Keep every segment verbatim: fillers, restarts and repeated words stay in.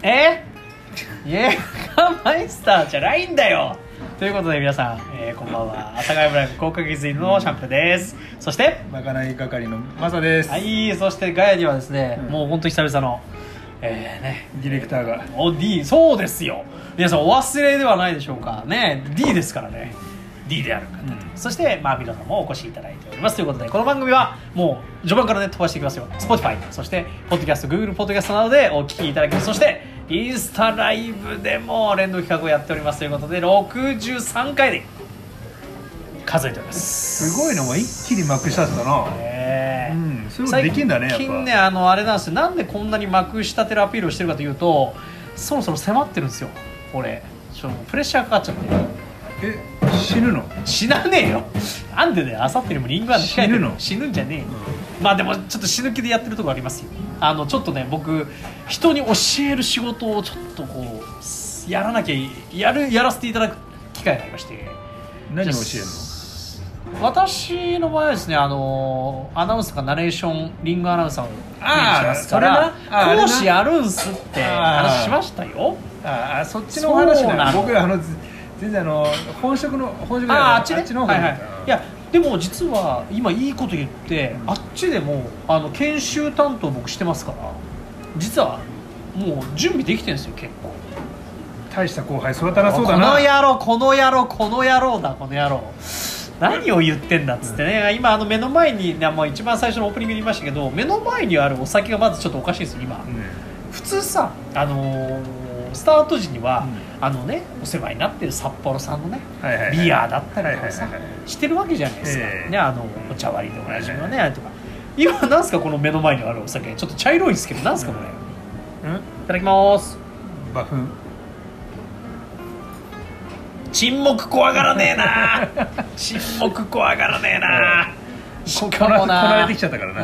えイエーガーマイスターじゃないんだよ。ということで皆さん、えー、こんばんは。阿佐ヶ谷ブライブ高確率のシャンプーです。そしてまかない係のマサです。 はい、そしてガヤにはですね、 うん、 もう本当に久々の、えーね、 ディレクターがお D、 そうですよ。皆さんお忘れではないでしょうかね。 D ですからね。 D である方、うん、そしてまあ皆さんもお越しいただいておりますということで、この番組はもう序盤からね飛ばしていきますよ。 Spotify、 そしてポッドキャスト、 Google ポッドキャストなどでお聞きいただけます。そしてインスタライブでも連動企画をやっておりますということでろくじゅうさんかいで数えております。 すごいのも一気にまくしたんだな。 へー、 うん、そういうことできんだね。 最近ね、あのあれなんですよ。なんでこんなにまくしたてるアピールをしてるかというと、そろそろ迫ってるんですよ。俺ちょっとプレッシャーかかっちゃって。 え、死ぬの？ 死なねえよ。なんでね、あさってにもリングアンド控えてる。 死ぬの？ 死ぬんじゃねえよ、 うん、 まあでもちょっと死ぬ気でやってるところありますよ。あのちょっとね、僕人に教える仕事をちょっとこうやらなきゃやるやらせていただく機会がありまして。 何を教えるの？ 私の場合はですね、あのアナウンサーがナレーション、リングアナウンサーをメインしますから、講師やるんすって話しましたよ。 ああ、そっちのお話だ。僕あの全然あの本職の本職ああっちね、 あっちの方、 はいはい、いやでも実は今いいこと言って、うん、あっちでもあの研修担当僕してますから、実はもう準備できてるんですよ。結構大した後輩育たなそうだな。 この野郎この野郎この野郎だこの野郎何を言ってんだっつってね、うん、今あの目の前に、もう一番最初のオープニングに言いましたけど、目の前にあるお酒がまずちょっとおかしいですよ今、うん、普通さ、あのー、スタート時には、うん、あのね、お世話になってる札幌さんのね、はいはいはい、ビアだったりとかさ、はいはいはい、してるわけじゃないですか、えーね、あのお茶割りでおなじみのね、はいはい、あれとか今なんすかこの目の前にあるお酒、ちょっと茶色いですけどなんすかこれ、うん、いただきます。 バフン。 沈黙怖がらねえな沈黙怖がらねえなしかもな、 こなれてきちゃったからな。 うん、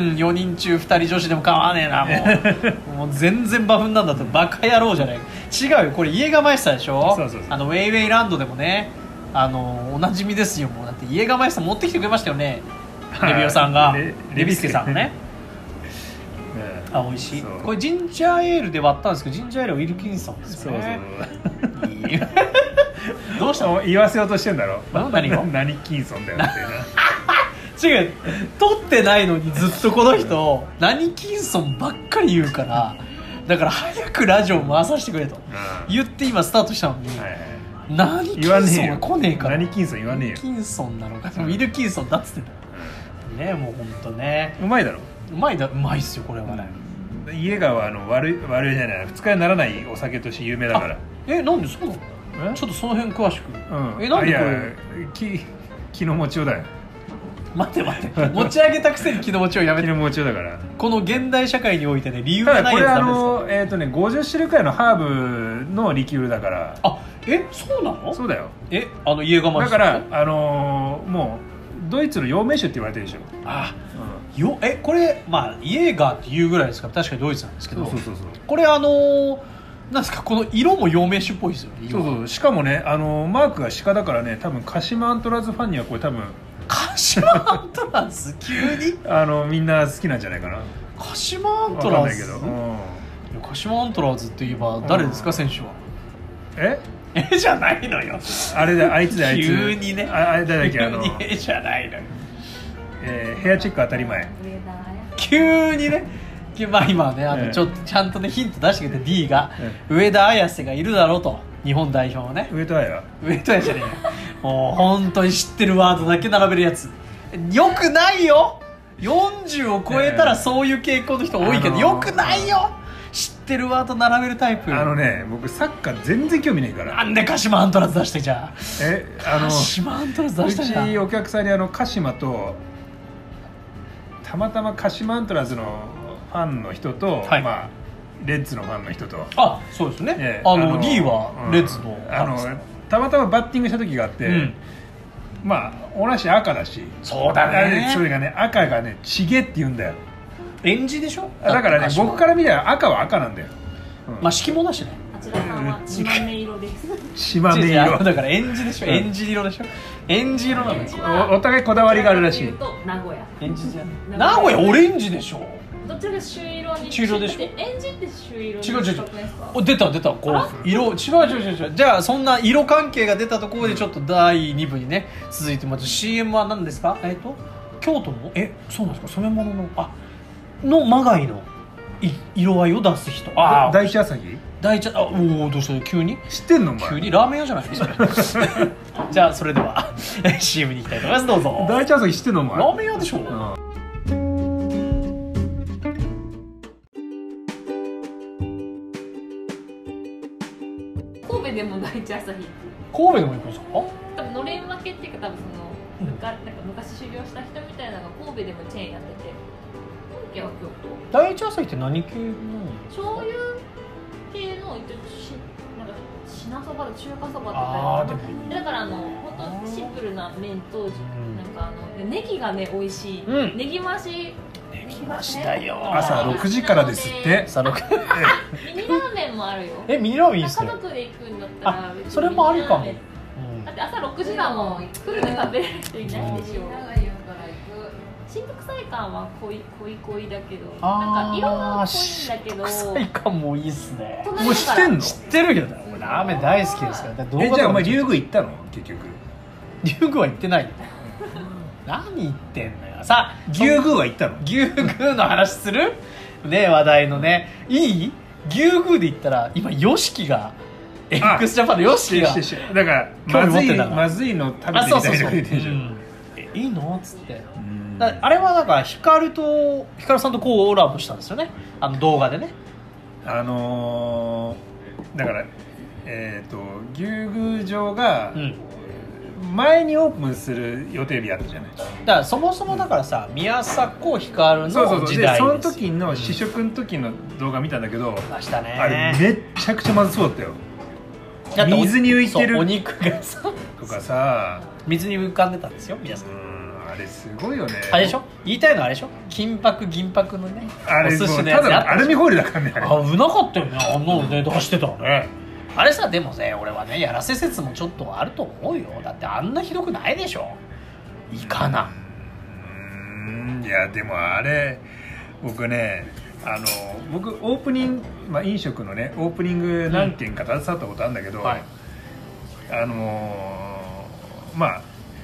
よにん中ふたり女子でも構わねえなもうもう全然バフンなんだとバカ野郎じゃない。違うよ、これイエガマイスターでしょ。そうそうそう、あのウェイウェイランドでもね、あのおなじみですよ。もうだってイエガマイスター持ってきてくれましたよね、レビオさんが、レ, レビスケさんがねあ、美味しい。これジンジャーエールで割ったんですけど、ジンジャーエールはウィルキンソンですよね。そうそういいどうしたの？ 言わせようとしてんだろ。 何を？ 何キンソンだよっていうな違う、取ってないのにずっとこの人何キンソンばっかり言うから、だから早くラジオ回させてくれと言って今スタートしたのに、はいはい、何キンソンが来ねえから。 何キンソン言わねえよ。 キンソンなのか、ウィルキンソンだっつってたね。もうほんとね、 うまいだろ。 うまいだ、うまいっすよこれはね。 イエガーはあの悪い悪いじゃない、二日にならないお酒として有名だから。 え、なんでそうなの？ちょっとその辺詳しく、 うん、 え、なんでこれ、 いやき気の持ちようだよ。 待って待って持ち上げたくせに気の持ちをやめて。 気の持ちようだから。 この現代社会においてね、理由がないやつダメですか。 これあの、えーとね、ごじゅっしゅるいくらいのハーブのリキュールだから。 あ、え、そうなの？ そうだよ。 え、あのイエガマイスターだからあのー、もうドイツの陽明酒って言われてるでしょ。 あ、うん、よえこれまあイエガーっていうぐらいですから確かにドイツなんですけど、 そうそうそうそう、 これあのーなんですか、この色も陽明酒っぽいですよね。 そうそう、しかもね、あのマークが鹿だからね、多分鹿島アントラーズファンにはこれ多分鹿島アントラーズ急にあのみんな好きなんじゃないかな。 鹿島アントラーズ、 分かんないけど、うん、鹿島アントラーズって言えば誰ですか、うん、選手は。 ええじゃないのよ。 あれだ、あいつだ、あいつ急にね、 ああれだっけ、あのえじゃないのよ、 えー、ヘアチェック当たり前。 急にね、まあ今ね、あのちょっとちゃんとねヒント出してくれて D が、上田綺世がいるだろうと、日本代表のね。 上田綾上田綾じゃねえよもう本当に知ってるワードだけ並べるやつよくないよ。よんじゅうを超えたらそういう傾向の人多いけど、あのー、よくないよ。知ってるワード並べるタイプ。 あのね、僕サッカー全然興味ないから。 なんで鹿島アントラーズ出してじゃあ。 え、あの鹿島アントラーズ出したじゃん。 うちお客さんにあの鹿島とたまたま鹿島アントラーズのファンの人と、はい、まあレッズのファンの人と。 あ、そうですね、えー、あの D はレッズの、 うん、あのたまたまバッティングした時があって、うん、まあ同じ赤だし。 そうだね。 それがね、赤がねチゲって言うんだよ。 エンジでしょ。 だからね、僕から見たら赤は赤なんだよ、 うん、まあ色もだしね。 あちらさんは島根色です。 島根色だからエンジでしょ、うん、エンジ色でしょ。エンジ色なんですよ。 お, お互いこだわりがあるらしい。 名古屋エンジじゃない。名古屋オレンジでしょ。 どちらか朱色に朱色でしょ。 エンジって朱色に違う違う違うですか？ お出た出たこう色違う違う違う違う。じゃあそんな色関係が出たところでちょっとだいに部にね続いてまた シーエム は何ですか？えっと京都のえそうなんですか染め物のあのまがいのい色合いを出す人。ああ第一朝日第一あおおどうした急に知ってんのお前急にラーメン屋じゃないですかじゃあそれでは シーエム に行きたいと思いますどうぞ。 第一朝日知ってんのお前ラーメン屋でしょ、 うん神戸でも第一朝日神戸でも行くんですか？ 多分のれん分けっていうか多分その、 うんむかなんか昔修行した人みたいなのが神戸でもチェーンやってて本家は京都第一朝日って何系の醤油系の一応しなんか品そばと中華そばとあーでかもだからあの本当シンプルな麺となんんかあのネギがね美味しい、 うんネギ増しできましたよ朝ろくじからですって朝ろくミニラーメンもあるよえミニラーメンいいっすね家族で行くんだったらあそれもありかも、 ミニラーメンだって朝ろくじだもんフルで食べれる人いないでしょ新福祭館は濃い濃い濃いだけどなんか色が濃いんだけど臭い感もいいっすね。 もう知ってんの？ 知ってるけど俺ラーメン大好きですから。 えじゃあお前竜宮行ったの結局竜宮は行ってないよ何言ってんのよ。さあ牛宮は行ったの？ 牛宮の話するね話題のねいい牛宮で言ったら今ヨシキが X ジャパンのヨシキが知ってる知ってるだからまずいまずいの食べてみたいな言ってるじゃんえいいのっつってだあれはだからヒカルとヒカルさんとコラボしたんですよねあの動画でねあのー、だからえっ、ー、と牛宮城が前にオープンする予定日あったじゃないだからそもそもだからさ宮迫ヒカルの時代そうそうそうでそのです時の試食の時の動画見たんだけど、 ましたねあれめっちゃくちゃまずそうだったよだって水に浮いてるお肉がさとかさ水に浮かんでたんですよ皆さんうんあれすごいよねあれでしょ言いたいのはあれでしょ金箔銀箔のねあれお寿司のたやつあっただのアルミホイルだからねあ危なかったよねあんなのね出してたらねあれさでもね俺はねやらせ説もちょっとあると思うよだってあんなひどくないでしょいかなうんいやでもあれ僕ねあの僕オープニング、まあ、飲食のねオープニング何件か携わったことあるんだけど、うんはい、あのー、まあ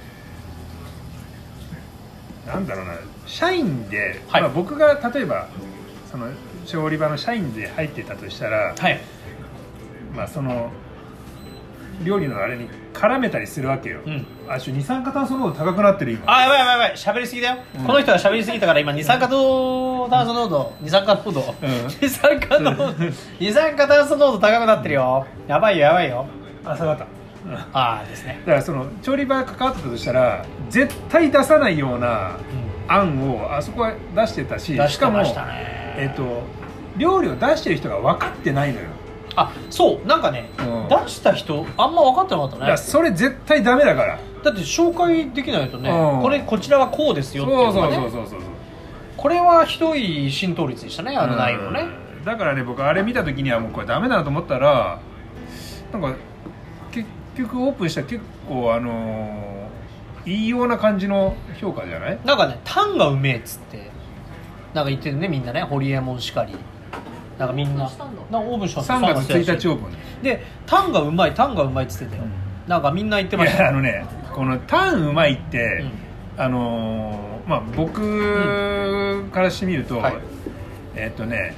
なんだろうな社員で、はいまあ、僕が例えばその調理場の社員で入ってたとしたら、はいまあ、その料理のあれに絡めたりするわけよ、うん、あ二酸化炭素濃度高くなってる今あやばいやばいやばい喋りすぎだよ、うん、この人が喋りすぎたから今二酸化炭素濃度二酸化濃度、うん、二酸化濃度二酸化炭素濃度高くなってるよやばいよやばいよあ下がったああですねだからその調理場が関わってたとしたら絶対出さないような案をあそこは出してたし、 出してましかも、えーと、料理を出してる人が分かってないのよあそうなんかね、うん、出した人あんま分かってなかったねいやそれ絶対ダメだからだって紹介できないとね、うん、これこちらはこうですよっていうのがねそうそうそうそうそうこれはひどい浸透率でしたねあの内容ね、 うん、だからね僕あれ見た時にはもうこれダメだなと思ったらなんか結局オープンしたら結構あのー、いいような感じの評価じゃないなんかねタンがうめえっつってなんか言ってるねみんなねホリエモンしかりなんかみんななんかオープンしたんさんがつついたちオープンでタンがうまいタンがうまいっつってたよ、うん、なんかみんな言ってましたいやあのねこのタンうまいって、うん、あのー、まあ僕からしてみると、うんはい、えー、っとね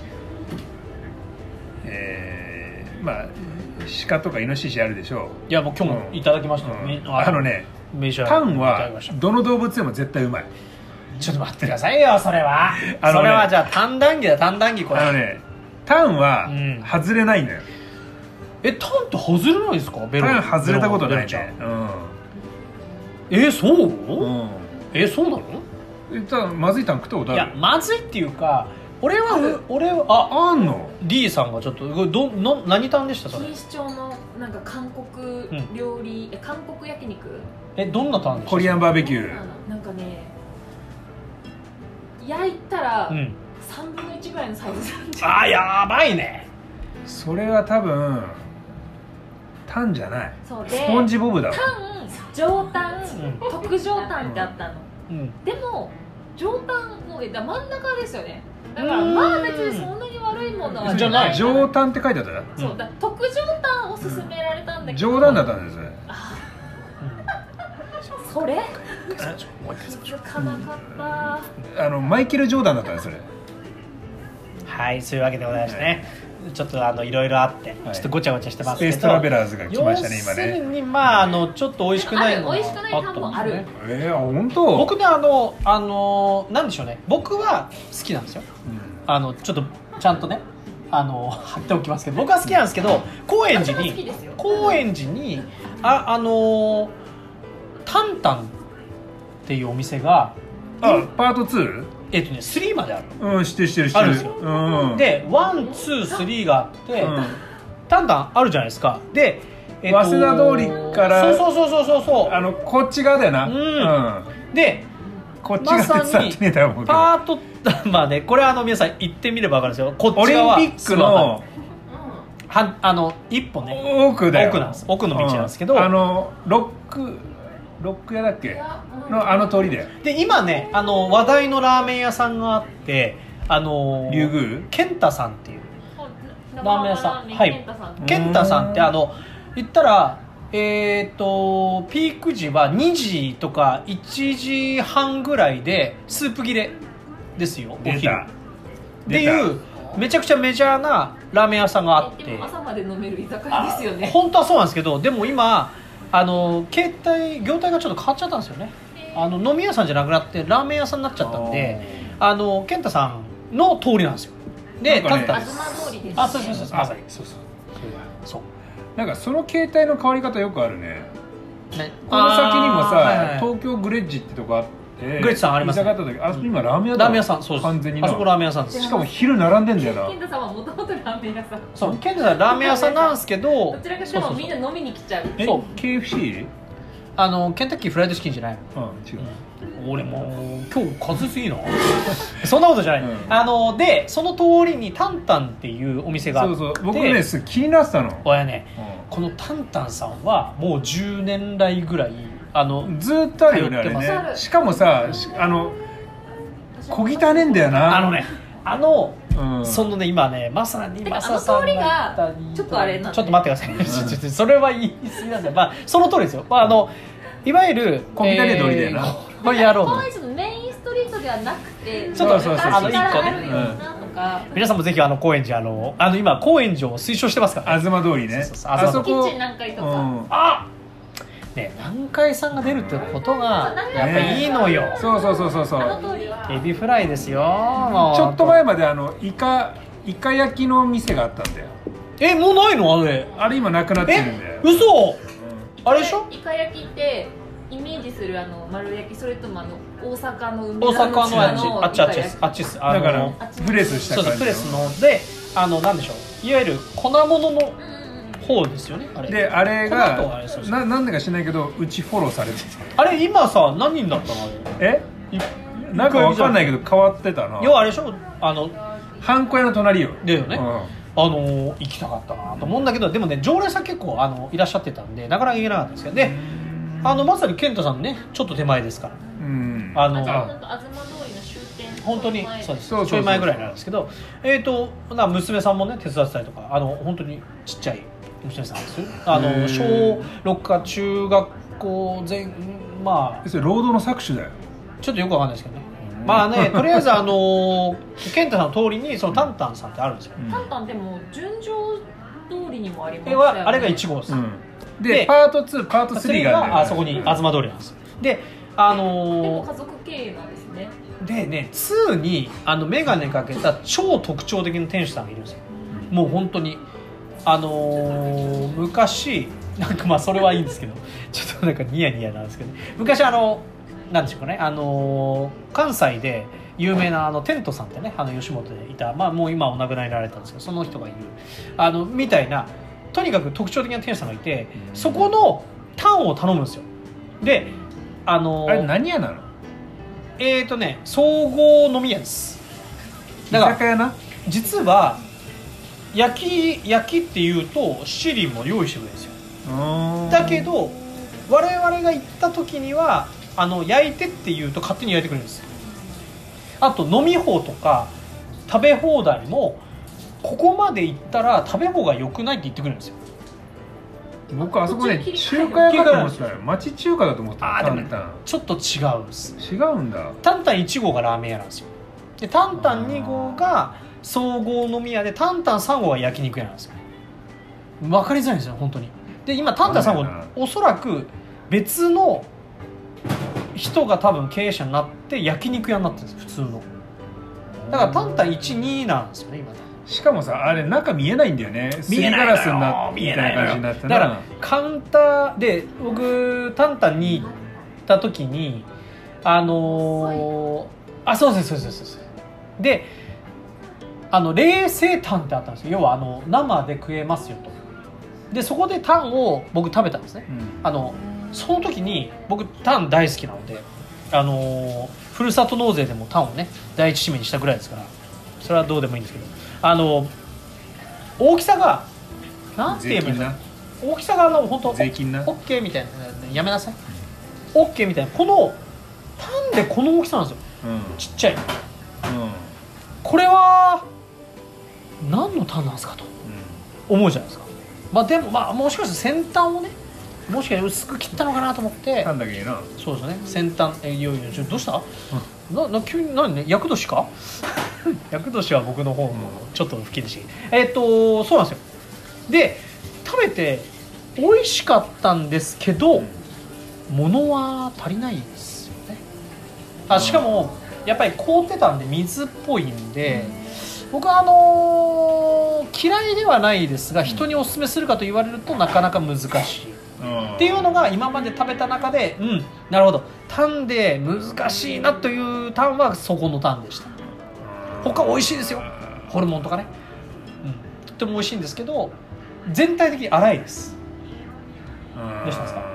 えー、まあ鹿とかイノシシあるでしょいやもう今日もいただきました、 うんうん、あのねタンはどの動物でも絶対うまいちょっと待ってくださいよそれは、ね、それはじゃあタン談義だタン談義これあのねタンは外れないのよ、 うん、えタンって外れないですかベロタン外れたことないね、うん、 えそう、うん、えそうなのえたまずいタン食ったことあるいやまずいっていうか俺は俺はああんの D さんがちょっとどの何タンでしたそれ錦糸町のなんか韓国料理、うん、韓国焼肉えどんなタンでしたコリアンバーベキューなんかね焼いたらさんぶんのいちぐらいのサイズなんで、うん、 あーやばいねそれは多分タンじゃないそうでスポンジボブだわタン上タン、うん、特上タンってあったの、うん、でも上タンもだ真ん中ですよね。だからまあ別にそんなに悪いものはじゃない。上タンって書いてあったよ。 そうだ、特上タンを勧められたんだけど、 上段だったんですね。 それ気づかなかった。 あのマイケル・ジョーダンだったんですそれ。 はい、そういうわけでございましてね、はい、ちょっとあのいろいろあって、はい、ちょっとごちゃごちゃしてますけど、 スペーストラベラーズが来ましたね今ね。 要するにまああのちょっと美味しくないのが美味しくないタンもある。 えー、本当。 僕ねあのあのなんでしょうね、僕は好きなんですよ、うん、あのちょっとちゃんとねあの貼っておきますけど、僕は好きなんですけど、高円寺に高円寺にああのタンタンっていうお店が、 あパートツー？ えっとねスリーまである。 うん、知ってる知ってる知ってる。あるんですよ。 うん、でワンツースリーがあって、うん、タンタンあるじゃないですか。で、 えっと、早稲田通りからそうそうそうそうそうあのこっち側だよな。うん。 うん、でこっち側って伝わってねえだろうけど。 パートまあねこれはあの皆さん行ってみれば分かるんですよ。こっち側オリンピックのはあの一歩ね奥だよ。 奥なんです。奥の道なんですけど、 うん、あのロックロック屋だっけのあの通りだよ。 で今ねあの話題のラーメン屋さんがあって、あの龍宮健太さんっていうラーメン屋さん、はい、健太さんってあの言ったらえーとピーク時はにじとかいちじはんぐらいでスープ切れですよ、お昼っていうめちゃくちゃメジャーなラーメン屋さんがあって、 でも朝まで飲める居酒屋ですよね。 本当はそうなんですけど、でも今あの携帯業態がちょっと変わっちゃったんですよね。あの飲み屋さんじゃなくなってラーメン屋さんになっちゃったんで、あの健太さんの通りなんですよ。で、 なんかね、東通りです、ね。 あ、そうそうそうそう。 あ、そうそう。そう。なんかその携帯の変わり方よくあるね。ね、この先にもさ、はいはい、東京グレッジってとこあって、 グレッジさんありますね。 あそこ今ラーメン屋だ。 ラーメン屋さん、そうです。 完全にあそこラーメン屋さんです。 しかも昼並んでんだよな。 健太さんはもともとラーメン屋さん。 そう、健太さんラーメン屋さんなんですけど、 どちらかしらもみんな飲みに来ちゃう。 そう、 ケーエフシー？ あのケンタッキーフライドチキンじゃない。 うん、違う。 うん、俺も今日数すいいな。そんなことじゃない。うん、あのでその通りにタンタンっていうお店があって、 そうそう。僕ね気になってたの。 これね、うん、このタンタンさんはもうじゅうねん来ぐらいあのずっとあるよねあれね。しかもさあの小汚ねんだよな。 あのねあの。うん、そのね今ねまさにマサさんがちょっとあれなんでちょっと待ってください、うん、それは言い過ぎなんで、まあその通りですよ。まああのいわゆる小汚ね通りだよな。 これやろうと。 メインストリートではなくて、 ちょっと昔からあるよなとか。 皆さんもぜひあの高円寺あのあの今高円寺を推奨してますから、 ね。東通りね。 そうそうそうあそこキッチン南海とか。うん、 あ。ね、南海さんが出るってことがやっぱいいのよ、ね、 そうそうそうそうそうエビフライですよ。 ちょっと前まであのイカイカ焼きの店があったんだよ。 え、もうないの？あれあれ今なくなってるんだよ。 嘘、うん、あれでしょ。 イカ焼きってイメージするあの丸焼き、それともあの大阪の海大阪のあっちあっちですあっちですだからプレスした感じ。 そうそうプレスのであのなんでしょう、いわゆる粉物の方ですよね。あれであれがななんでか知らないけどうちフォローされてた。あれ今さ何人だったのあれ。 えなんかわかんないけど変わってたな。 要はあれでしょ、あのハンコ屋の隣よ。 だよね、うん、あの行きたかったなと思うんだけど、でもね常連さん結構あのいらっしゃってたんでなかなか行けなかったんですけど、であのまさに健太さんねちょっと手前ですから、 うん、あの東通りの終点本当にそうですちょい前ぐらいなんですけど、えっ、ー、とな娘さんもね手伝ってたりとか、あの本当にちっちゃい娘さんですよ。あの小ろくか中学校前まあそれ労働の搾取だよ。 ちょっとよくわかんないですけどね。まあねとりあえずあの健太さんの通りにそのタンタンさんってあるんですよ。 うん、タンタンでも純情通りにもありますよね。 あれがいち号です。うん、 で, でパートツーパートスリーがあるんだよ、ね、 あそこに東通りなんです。であのー、 でも家族経営なんですね。 でねツーにあの眼鏡かけた超特徴的な店主さんがいるんですよ。うん、もう本当にあのー、昔なんかまあそれはいいんですけどちょっとなんかニヤニヤなんですけど、昔あのなんでしょうかね、あのー、関西で有名なあのテントさんってね、あの吉本でいた、まあもう今お亡くなりになられたんですけど、その人がいるあのみたいなとにかく特徴的な店主さんがいて、そこのタンを頼むんですよ。であのー、 あれ何屋なの？ えーとね総合飲み屋です。 だから居酒屋な。 実は焼き焼きっていうと七輪も用意してくれるんですよ。だけど我々が行った時にはあの焼いてって言うと勝手に焼いてくれるんです。 あと飲み放とか食べ放題もここまで行ったら食べ放が良くないって言ってくるんですよ。 僕あそこね中華屋かと思ってたよ。町中華だと思ってた。 あでも、ね、ちょっと違うんです。 違うんだ。 タンタンいち号がラーメン屋なんですよ。でタンタンに号が総合飲み屋でタンタンさん号が焼肉屋なんですよ。分かりづらいんですよ本当に。で今タンタンさん号おそらく別の人が多分経営者になって焼肉屋になってるんです普通の。だからタンタンいち、になんですよね今。 しかもさあれ中見えないんだよね。すりガラスになってみたいな感じになってた。 だからカウンターで僕タンタンに行った時にあのー、あそうですそうですそうですであの冷製タンってあったんですよ。要はあの生で食えますよと。でそこでタンを僕食べたんですね、うん、あのその時に僕タン大好きなのであのー、ふるさと納税でもタンをね第一指名にしたぐらいですからそれはどうでもいいんですけどあの大きさがなんて言えばいいんだ大きさがあの本当税金なオッケーみたいなやめなさいオッケーみたいなこのタンでこの大きさなんですよ、うん、ちっちゃい、うん、これは何のタンなんですかと思うじゃないですか。まあでもまあもしかしたら先端をねもしかしたら薄く切ったのかなと思ってタンだけいいな。 そうですね先端えいよいよどうした、うん、なな急に何ね厄年か厄年は僕の方のちょっと不謹慎、うん、えっ、ー、とそうなんですよ。で食べて美味しかったんですけど、うん、物は足りないですよね。あしかもやっぱり凍ってたんで水っぽいんで、うん、僕はあのー、嫌いではないですが人におすすめするかと言われるとなかなか難しい、うん、っていうのが今まで食べた中でうんなるほどタンで難しいなというタンはそこのタンでした。他美味しいですよホルモンとかね、うん、とっても美味しいんですけど全体的に粗いです。どうしたんですか。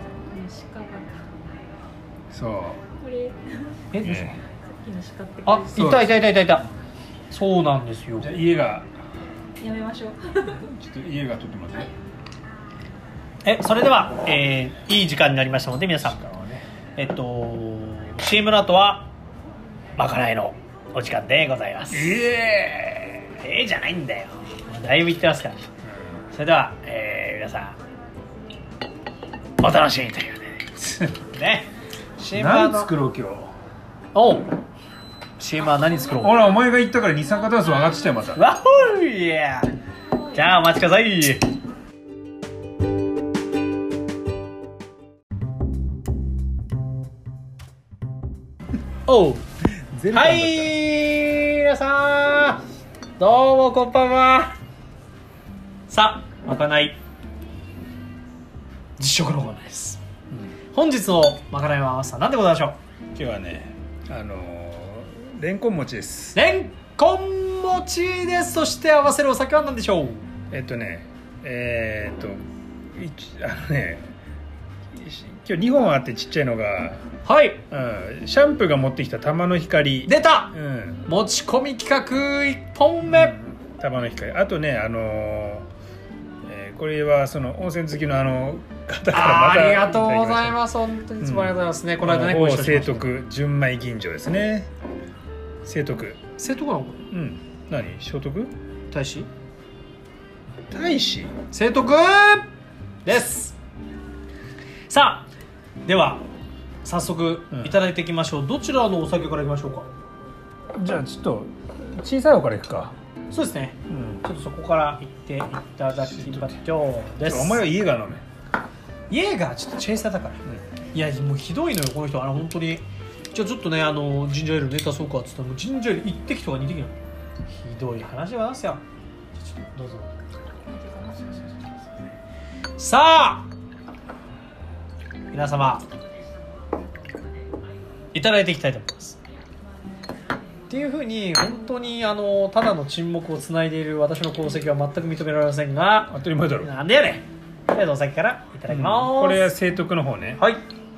そうこれえどうしたの。 あいたいたいたいたいたそうなんですよ。 じゃあ家がやめましょうちょっと家が取ってますね。 えそれでは、えー、いい時間になりましたので皆さん、ね、えっと シーエム の後はまかないのお時間でございます。えー、えー、じゃないんだよだいぶ言ってますから、うん、それでは、えー、皆さんお楽しみというねね シーエム何作ろう今日。 おう シーエム は何作ろう。 ほらお前が言ったから二酸化炭素上がってきたよまた。 わほいやじゃあお待ちください。おうはい皆さんどうもこんばんは。さあまかない実食のコーナーです、うん、本日のまかないは何でございましょう。 今日はねあのー、レンコン餅です。 レンコン餅です。そして合わせるお酒は何でしょう。 えっとねえー、っとあのね今日にほんあってちっちゃいのがはい、 うん、シャンプーが持ってきた玉の光出た、 うん、 持ち込み企画いっぽんめ、うん、 玉の光。あとねあのーえー、これはその温泉好きのあの方からまたありがとうございます。本当にいつもありがとうございますね、うん、この間ねご一緒しました。 聖徳純米吟醸ですね。聖徳聖徳なの。 うん何聖徳大使大使聖徳です。さあでは早速いただいていきましょう、うん、どちらのお酒からいきましょうか。 じゃあちょっと小さい方からいくか。 そうですね、うん、ちょっとそこからいっていただきましょうです。 お前はイエガー飲め。 イエガーちょっとチェイサーだから、うん、いやもうひどいのよこの人。あの本当にじゃあちょっとねあのジンジャーエールね足そうかっつったらもうジンジャーエールいち滴とかに滴なの。ひどい話でございますよ。ちょっとどうぞ。さあ皆様いただいていきたいと思います。っていうふうに本当にあのただの沈黙をつないでいる私の功績は全く認められませんが、 当たり前だろ。 なんでやねん。とりあえずお酒からいただきます、うん、 これは聖徳の方ね。 はい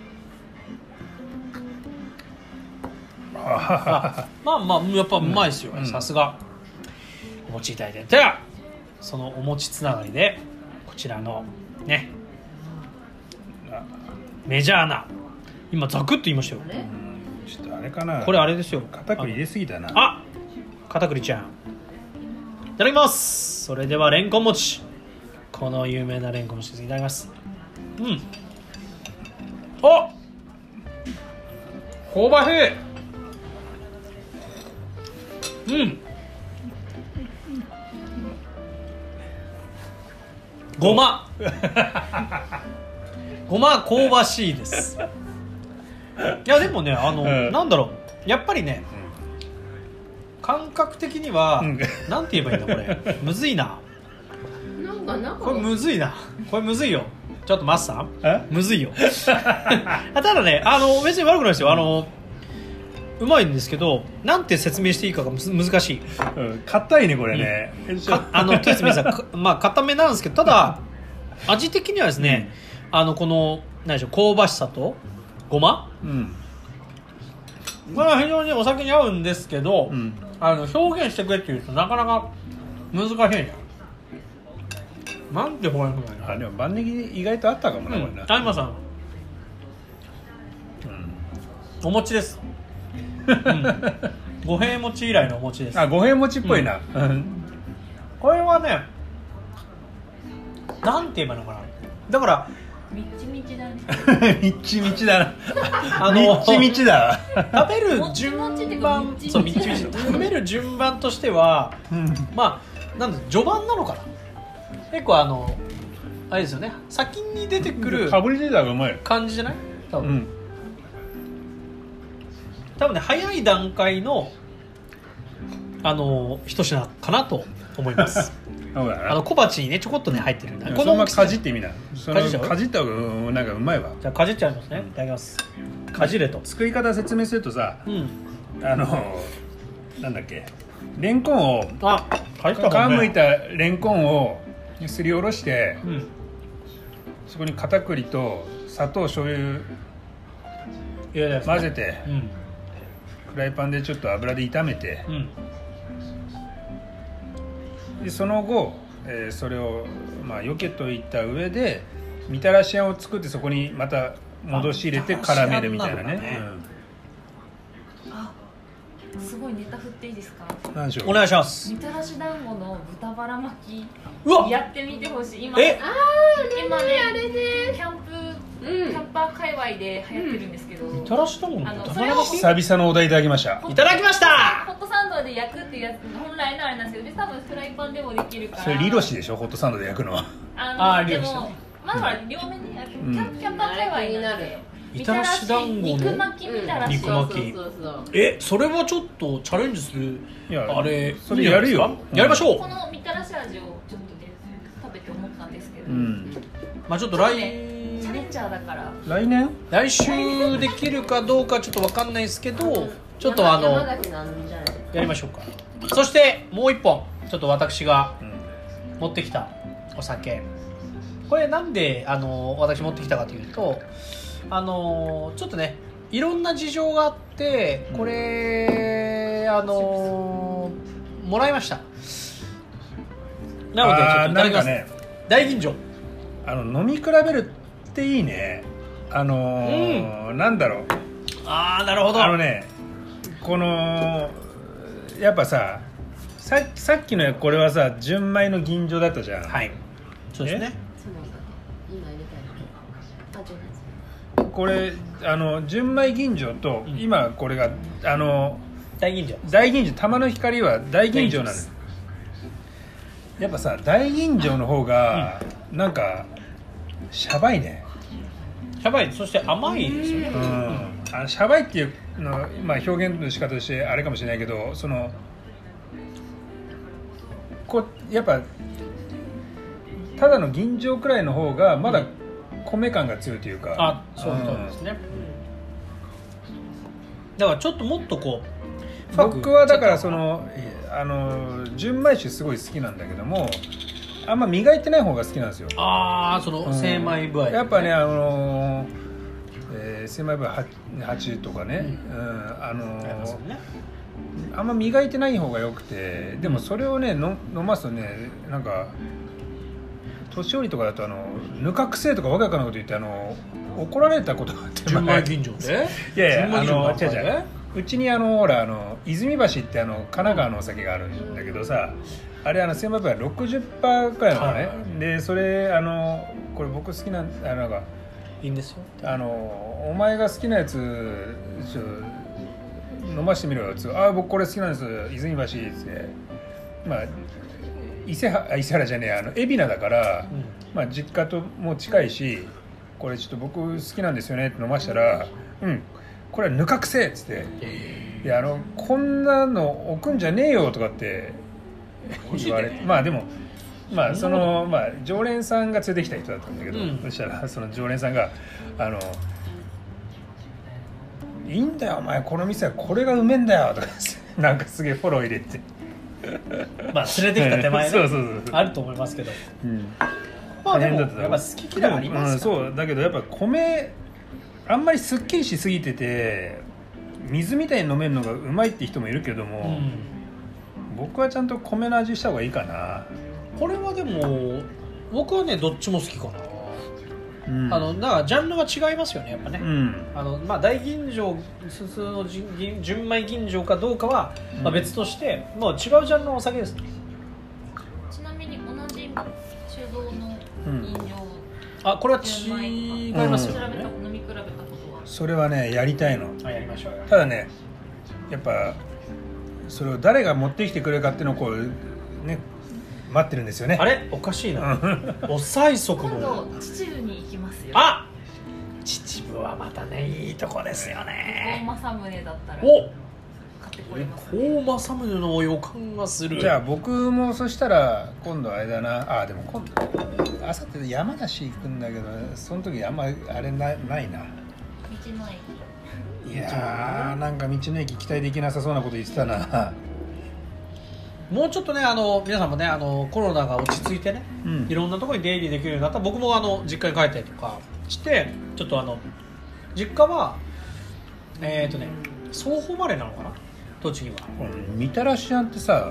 あまあまあやっぱうまいですよ、さすがお餅いただいて。ではそのお餅つながりでこちらのねメジャーな今ザクッと言いましたよ、 ちょっとあれかな、 これあれですよ、 片栗入れすぎたなあ、片栗ちゃんいただきます。それではレンコン餅、この有名なレンコン餅です。いただきます。うん、あ、香ばしい。うん、ごまごま香ばしいです。いやでもね、あの、うん、なんだろう、やっぱりね、うん、感覚的には、うん、なんて言えばいいんだこれむずいな、 なんかなんかこれむずいな、これむずいよ、ちょっとマスさんむずいよただね、あの別に悪くないですよ、あのうまいんですけど、なんて説明していいかがむ難しい。 硬、うん、いねこれね、 うん、あのとりあえず皆さん、まあ硬めなんですけど、ただ味的にはですね、うん、あのこの何でしょう、香ばしさとごま、うん、まあ非常にお酒に合うんですけど、うん、あの表現してくれっていうとなかなか難しいね。なんてほらふあ、でも万ネギ意外とあったかもね、これな。 あいまさん、うん、お餅です、うん、五平餅以来のお餅です。 あ、五平餅っぽいな、うん、 これはね、なんて言えばいいのかな、だからみっちみちだねみっちみちだなあのみっちみちだ食べる順番、そうみっちみち食べる順番としては、うん、まあなんだ序盤なのかな、結構あのあれですよね、先に出てくるかぶりレーダーがうまい感じじゃない、多分、うん、多分ね早い段階のあの一品かなと思いますあの小鉢にねちょこっとね入ってるんだ。 このままかじってみな。かじかじった方がなんかうまいわ。 じゃあかじっちゃいますね。いただきます。かじれと。 作り方説明するとさ、うん、あのなんだっけ、レンコンをあ、皮むいたレンコンをすりおろして、うん、そこに片栗と砂糖醤油混ぜて、うん、フライパンでちょっと油で炒めて。うん、でその後、えー、それをまあ避けといた上でみたらしあんを作って、そこにまた戻し入れて絡めるみたいなね。 あ、すごいネタ振っていいですか。 何でしょう。お願いします。 みたらし団子の豚バラ巻き、 うわ、 やってみてほしい。今え、 あー、今ね、あれね、キャンプ、うん、キャンパー界隈で流行ってるんですけど、 みたらし団子の豚バラ巻き、 久々のお題いただきました。 いただきました。 ホットサンドで焼くっていうやつ、本来のあれなんですけど、多分フライパンでもできるから。 それリロシでしょ、ホットサンドで焼くのは。 あのでもまだまだ両面に焼く、うん、キャンキャンパー界隈になる。 みたらし団子の肉巻きみたらし、 肉巻き、そうそうそう、え、それはちょっとチャレンジする。 いや、 あれそれやるよ、 うん、やりましょう。 このみたらし味をちょっとで食べて思ったんですけど、うん、 まあちょっと来、 ね、チャレンジャーだから来年来週できるかどうかちょっと分かんないですけど、ちょっとあのやりましょうか。そしてもう一本ちょっと私が持ってきたお酒、これなんであの私持ってきたかというと、あのちょっとねいろんな事情があってこれあのもらいました。なのでちょっといただきます。ね、大吟醸、 あの飲み比べるっていいね。あのーうん、なんだろう、 ああなるほど、 あのね、このやっぱさ、さ, さっきのこれはさ純米の吟醸だったじゃん。 はい、そうですね。 これあの純米吟醸と、うん、今これがあの大吟醸、 大吟醸、玉の光は大吟醸なんです。やっぱさ大吟醸の方が、うん、なんかシャバいね。 シャバい、そして甘いですよね。うん、 あのシャバいっていうの、まあ、表現の仕方としてあれかもしれないけど、そのこやっぱただの吟醸くらいの方がまだ米感が強いというか、うん、 あ、そうそうですね、うん、だからちょっともっとこう僕はだからそのあの純米酒すごい好きなんだけども、あんま磨いてない方が好きなんですよ。 ああ、その精米具合、ね、 やっぱね、あの、えー、精米具合はちとかね、うんうん、あのーね、あんま磨いてない方がよくて、でもそれをねの飲ますとね、なんか年寄りとかだとあのぬかくせえとかわけわかんないこと言ってあの怒られたことがあって純米吟醸でいやいやあの違う違ううちにあのほらあの泉橋ってあの神奈川のお酒があるんだけどさ、あれあのせんばいぶん ろくじゅっパーセント くらいなのね、はい、でそれあのこれ僕好きなあのなんかいいんですよあのお前が好きなやつちょ飲ましてみろよつあ僕これ好きなんです泉橋ってまあ伊勢原、伊勢原じゃねえあの海老名だから、うんまあ、実家とも近いしこれちょっと僕好きなんですよねって飲ましたらうんこれはぬかくせえっつって、えー、いやあのこんなの置くんじゃねえよとかって言われてまあでもまあそのまあ常連さんが連れてきた人だったんだけど、うん、そしたらその常連さんがあのいいんだよお前この店はこれがうめえんだよとかなんかすげえフォロー入れてまあ連れてきた手前ねそうそうそうあると思いますけど、うん、 まあでもやっぱ好き嫌いありますから、 うん、そうだけどやっぱ米あんまりすっきりしすぎてて水みたいに飲めるのがうまいって人もいるけども、うん、僕はちゃんと米の味した方がいいかな。 これはでも僕はねどっちも好きかな、うん、あのだからジャンルが違いますよねやっぱね、うん、あのまあ、大吟醸普通の純米吟醸かどうかは、まあ、別として、うん、もう違うジャンルのお酒ですね。 ちなみに同じ酒造の吟醸、うん、 あこれは違いますよね、 うん、飲み比べたことはそれはねやりたいの。 あやりましょうよ。 ただねやっぱそれを誰が持ってきてくれるかっていうのをこうね待ってるんですよね。 あれおかしいなお催促の今度秩父に行きますよ。 あ秩父はまたねいいとこですよね。 高政宗だったらお買ってこれますね。高政宗の予感がする。 じゃあ僕もそしたら今度あれだなあでも今度あさって山梨行くんだけどその時あんまあれ な, ないな道の駅。 いやーなんか道の駅期待できなさそうなこと言ってたなもうちょっとねあの皆さんもねあのコロナが落ち着いてね、うん、いろんなところに出入りできるようになったら僕もあの実家に帰ったりとかしてちょっとあの実家はえっ、ー、とね総保まれなのかな栃木は、 うん、みたらしなんてさ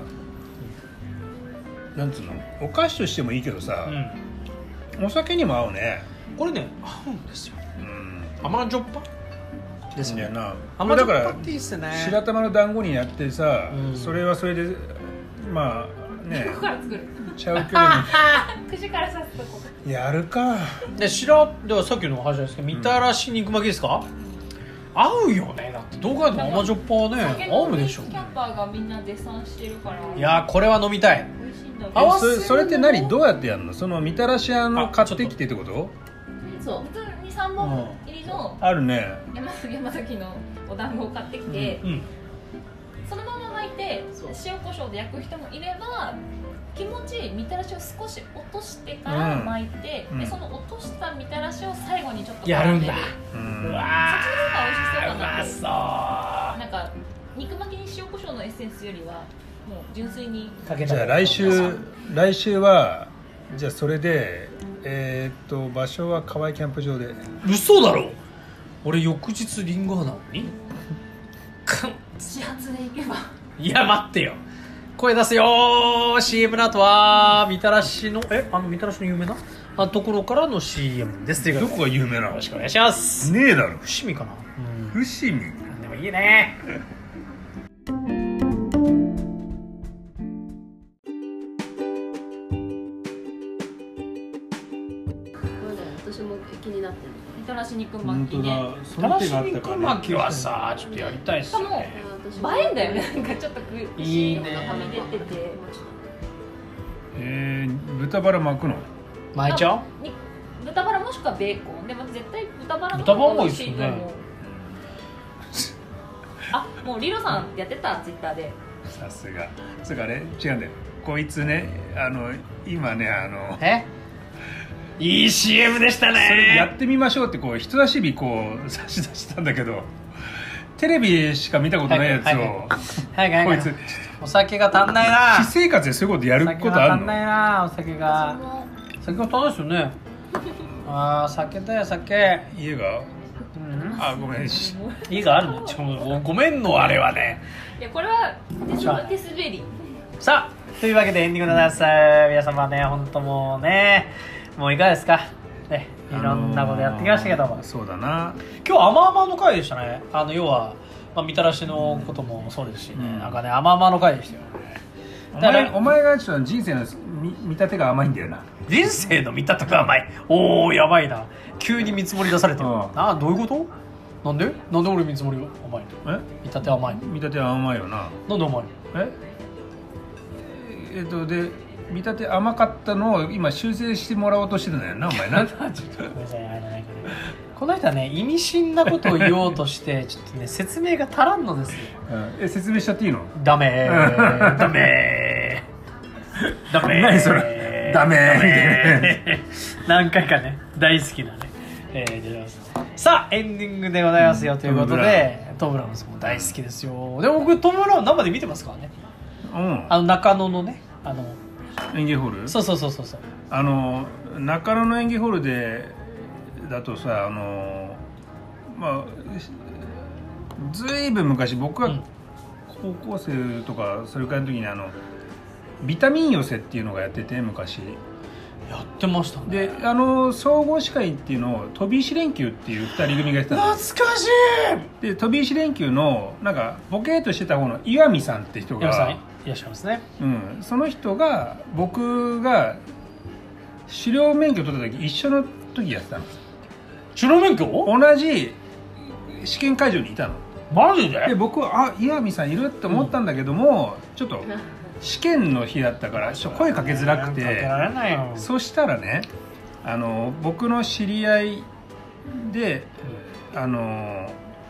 なんつうのお菓子としてもいいけどさ、うん、お酒にも合うね。 これね合うんですよ、うん、甘じょっぱですね。 な甘じょっぱっていいっすね。 白玉の団子にやってさ、うん、それはそれでまあねここから作るちゃうけど串から刺すとこやるか。 で白ではさっきの話ですけどみたらし肉巻きですか、うん、合うよね。だってどう考えても甘じょっぱはね合うでしょ。 キャンパーがみんな絶賛してるからいやこれは飲みたい。 美味しいんだ合わせるの。それって何どうやってやるの。そのみたらし屋の買ってきてってこと。 そう普通にさんぼん入りの、 うん、あるね山崎山崎のお団子を買ってきて、うんうん、そのまま巻いて塩コショウで焼く人もいれば気持ちみたらしを少し落としてから巻いて、うん、でその落としたみたらしを最後にちょっとやるんだ。 うん、うわそっちの方が美味しそうかなって。 うまそう。 なんか肉巻きに塩コショウのエッセンスよりはもう純粋にかけた。じゃあ来週来週はじゃあそれでえー、っと場所は河合キャンプ場で。 嘘だろ。俺翌日リンゴなのに始発で行けば。 いや待ってよ声出せよ シーエム の後はみたらしのえあのみたらしの有名なあところからの シーエム です。 どこが有名なの。 よろしくお願いします。 ねえだろ伏見かな、 うん、伏見なんでもいいね私も気になってるみたらし肉巻きね。 みたらし肉巻きはさちょっとやりたいっすよね。 映えんだよね。なんかちょっとくいいねはみ出ててえー、豚バラ巻くの巻いちゃう。 豚バラもしくはベーコンでも絶対豚バラの方が美味しいと思う。あもうリロさんやってたツイッターで。 さすがそれからね違うんだよこいつねあの今ねあのえいい シーエム でしたね。 それやってみましょうってこう人差し指こう差し出したんだけどテレビしか見たことないやつを、はいはいはいはい、こいつお酒が足んないな。 私生活でそういうことやることあるの。お酒が足んないな。お酒が酒が足んないですよねあー酒だよ酒。 家が、うん、あごめん家があるのちょごめんのあれはね。 いやこれは手滑りさあというわけでエンディングでございます。皆様ね本当もうねもういかがですかね、いろんなことやってきましたけども、あのー、 そうだな今日甘々の回でしたね。あの要は、まあ、みたらしのこともそうですしね、うん、なんかね甘々の回でしたよね。 お前, お前がちょっと人生の 見, 見立てが甘いんだよな。 人生の見立てが甘い。おおやばいな。急に見積もり出されてる。あどういうこと？なんで？なんで俺見積もり甘いの？え？見立て甘い。 見立ては甘いよな。 なんで甘いの？ え？えっとで見立て甘かったのを今修正してもらおうとしてるんだよなお前な。 この人はね意味深なことを言おうとしてちょっとね説明が足らんのですよ。 うん、え説明しちゃっていいの？ ダメーダメーダメー何それダメー何回かね大好きなね、えー、出ますさあエンディングでございますよ、うん、ということでトム・ブラウンも大好きですよ。でも僕トム・ブラウン生で見てますからね、うん、あの中野のねあの演芸ホールそうそうそうそうそうあの中野の演芸ホールでだとさあのまあずいぶん昔僕が高校生とかそれからの時にあのビタミン寄せっていうのがやってて昔やってましたね。 であの総合司会っていうのを飛び石連休っていうふたり組がやってたの。 懐かしい。 で飛び石連休のなんかボケーとしてた方の岩見さんって人が岩見さんいらっしゃいますね、 うん、その人が僕が狩猟免許取った時一緒の時やってたの。 狩猟免許？ 同じ試験会場にいたの。 マジで？ で僕はあ岩見さんいるって思ったんだけども、うん、ちょっと試験の日だったからちょっと声かけづらくて、そしたらねあの僕の知り合いであの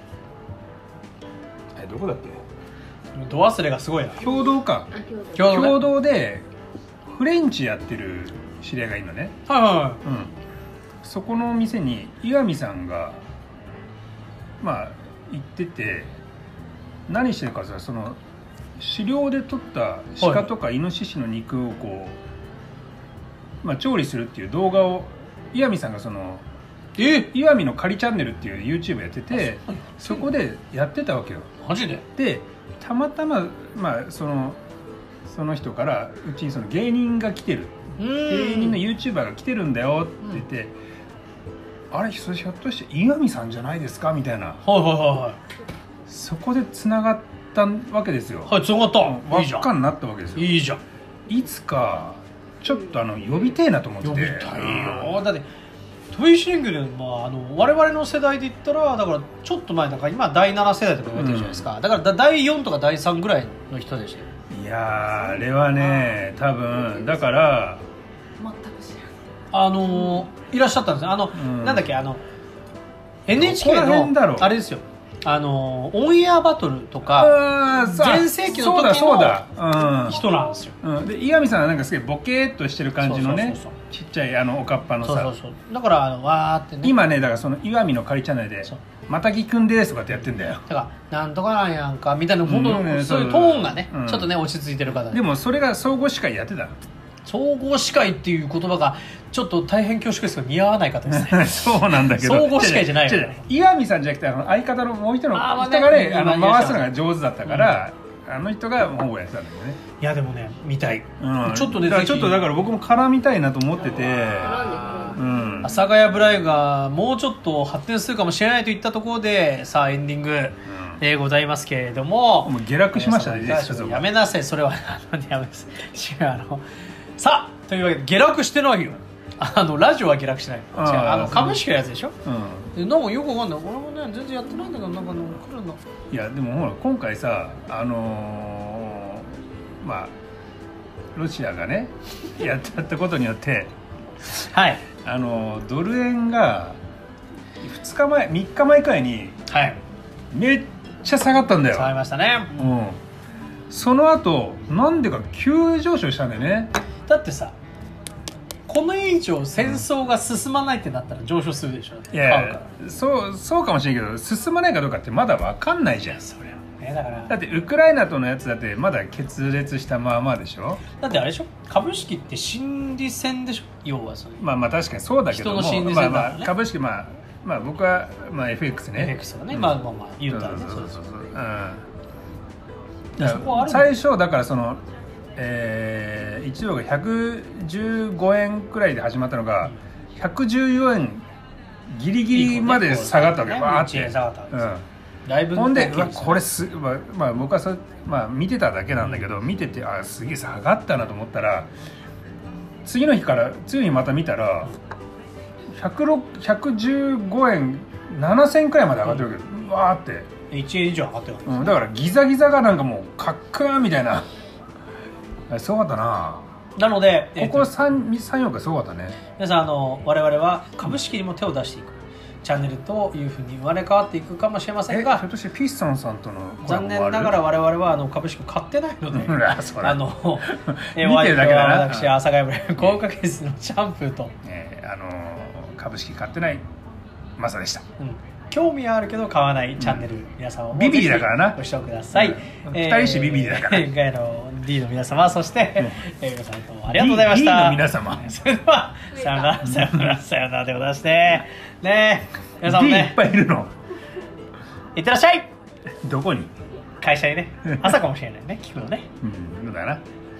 えどこだっけど忘れがすごいな。 共同か共同、共同でフレンチやってる知り合いがいるのね。 はいはいはい、 うん、そこの店に岩見さんがまあ行ってて何してるかさその狩猟で取った鹿とかイノシシの肉をこう、まあ、調理するっていう動画を岩見さんがそのえ岩見の仮チャンネルっていう YouTube やっててそこでやってたわけよ。 マジで？ でたまたま、まあ、そのその人からうちにその芸人が来てる芸人の YouTuber が来てるんだよって言って、うん、あれそれひょっとして岩見さんじゃないですかみたいな、 はいはいはいはい、 そこでつながったわけですよ。 はい、つながった。 輪っかになったわけですよ。 いいじゃん。 いつかちょっとあの呼びてえなと思って。 呼びたいよ。だって飛び石連休で、まあ、あの我々の世代で言ったらだからちょっと前だから今だいなな世代とか言われてるじゃないですか、うん、だからだいよんとかだいさんぐらいの人でしたよ。 いやあれはね多分だから全く知らんあのいらっしゃったんですよ。あの、うん、なんだっけあの エヌエイチケー のあれですよあのオンエアバトルとか全盛期の時の人なんですよ。 うん、で岩見さんはなんかすげえボケーっとしてる感じのねちっちゃいあのおかっぱのさそうそうそうだからあのわーってね今ねだからその岩見の仮チャンネルで「またぎくんです」とかってやってんだよ。 だからなんとかなんやんかみたいな本当、うん、そういうトーンがね、うん、ちょっとね落ち着いてる方で。 でもそれが総合司会やってたの。 総合司会っていう言葉がちょっと大変恐縮ですけど似合わない方ですね。 そうなんだけど総合司会じゃないよね。 岩見さんじゃなくてあの相方のもう一人の人がねあの回すのが上手だったから、うん、あの人がほぼやってたんだよね。 いやでもね見たい、 うん、 ちょっとねだからちょっとだから僕も絡みたいなと思ってて、 うん、阿佐ヶ谷ブライブがもうちょっと発展するかもしれないといったところでさあエンディングでございますけれども、 もう下落しましたね。 やめなさいそれはやめなさい。違うあのさあというわけで下落してないよ。あのラジオは下落してない。違うあの株式のやつでしょ。うん、でなんかよくわかんない。俺もね全然やってないんだけどなんかの来るの。 いやでもほら今回さあのー、まあロシアがねやっちゃったことによってはいあのドル円がふつかまえみっかまえくらいにはいめっちゃ下がったんだよ。 下がりましたね。 うん。その後なんでか急上昇したんだよね。 だってさこの以上戦争が進まないってなったら上昇するでしょ。 いやいやそうそうかもしれないけど進まないかどうかってまだ分かんないじゃん。 それはねだからだってウクライナとのやつだってまだ決裂したままでしょ。 だってあれでしょ株式って心理戦でしょ要はそれ。 まあまあ確かにそうだけども人の心理戦だからね、 まあまあ株式まあまあ僕はまあ エフエックス ねエフエックス がね、うん、まあまあまあ言うたらねそうそうそうそう、うん、 そこある最初だからそのえー、いちドルがひゃくじゅうごえんくらいで始まったのがひゃくじゅうよえんギリギリまで下がったわけ、バーって、だいぶほんで、うわこれす、まあ、まあ、僕はそ、まあ、見てただけなんだけど、うん、見ててあすげえ下がったなと思ったら次の日から次にまた見たらひゃくじゅうごえんななせんくらいまで上がってるわけど、うん、うわーっていちえん以上上がってるわけです、ね、 うん、だからギザギザがなんかもうカックーンみたいなすごかったな。 なのでここさんよんかすごかったね。 皆さんあの我々は株式にも手を出していくチャンネルというふうに生まれ変わっていくかもしれませんが、 ひょっとしてピッサンさんとの残念ながら我々はあの株式を買ってないのであの見てるだけだな。 私阿佐ヶ谷ブレイ高確率のシャンプーと、 えー、あの株式買ってないマサでした、 うん、興味はあるけど買わないチャンネル、うん、皆さんもビビリだからなご視聴ください、 うん、えー、ふたりしてビビリだからガヤの D の皆様、そして、うんえー、皆さんどうもありがとうございました。 D, D の皆様それではさよならさよならさよならでございましてねえ皆さんもね D いっぱいいるの。 いってらっしゃい。 どこに？ 会社にね朝かもしれないね聞くのねうんだな。